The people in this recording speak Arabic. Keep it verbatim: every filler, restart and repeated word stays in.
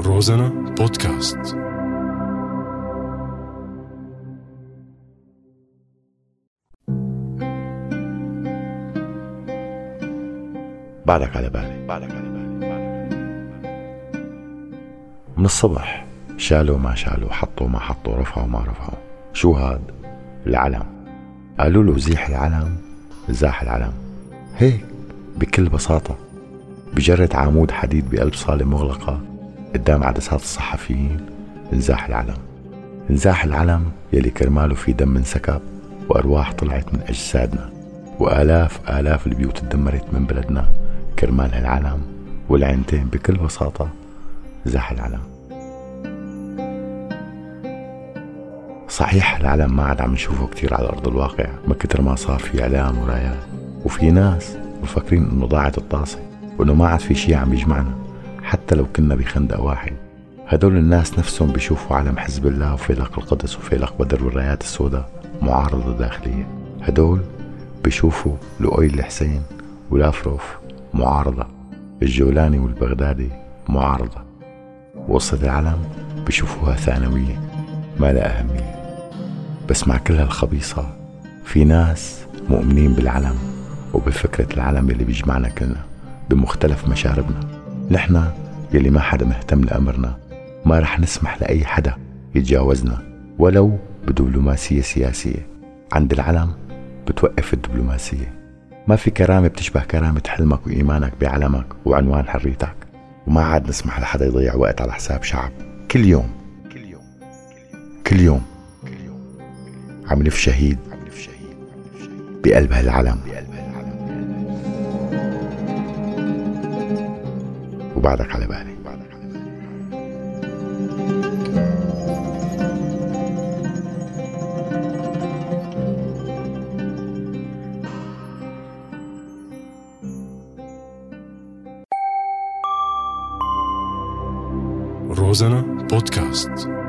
روزانا بودكاست. بعدك على بالي بعدك على بالي من الصبح شالوا ما شالوا، حطوا ما حطوا، رفعوا ما رفعوا. شو هاد؟ العلم. قالوا له زيح العلم، زاح العلم هيك بكل بساطة، بجرة عمود حديد بقلب صالة مغلقة قدام عدسات الصحفيين. انزاح العلم، انزاح العلم يلي كرماله في دم انسكب وأرواح طلعت من أجسادنا، وآلاف آلاف البيوت اتدمرت من بلدنا كرمال هالعلم والعينتين. بكل بساطة زاح العلم. صحيح العلم ما عاد عم نشوفه كتير على أرض الواقع، ما كتر ما صار في إعلام ورايات، وفي ناس مفكرين إنه ضاعت الطاسة وإنه ما عاد في شي عم بيجمعنا حتى لو كنا بخندق واحد. هدول الناس نفسهم بيشوفوا علم حزب الله وفيلق القدس وفيلق بدر والرايات السوداء معارضة داخلية. هدول بيشوفوا لؤي الحسين ولافروف معارضة، الجولاني والبغدادي معارضة. وقصة العلم بيشوفوها ثانوية ما لها أهمية. بس مع كل هالخبيصة في ناس مؤمنين بالعلم وبفكرة العلم يلي بيجمعنا كلنا بمختلف مشاربنا. نحن يلي ما حدا مهتم لأمرنا ما رح نسمح لأي حدا يتجاوزنا ولو بدبلوماسية سياسية. عند العلم بتوقف الدبلوماسية. ما في كرامة بتشبه كرامة حلمك وإيمانك بعلمك وعنوان حريتك. وما عاد نسمح لحدا يضيع وقت على حساب شعب كل يوم كل يوم كل يوم كل يوم عم يلف شهيد بقلب هالعلم. وبعدك على بالي. روزانا بودكاست.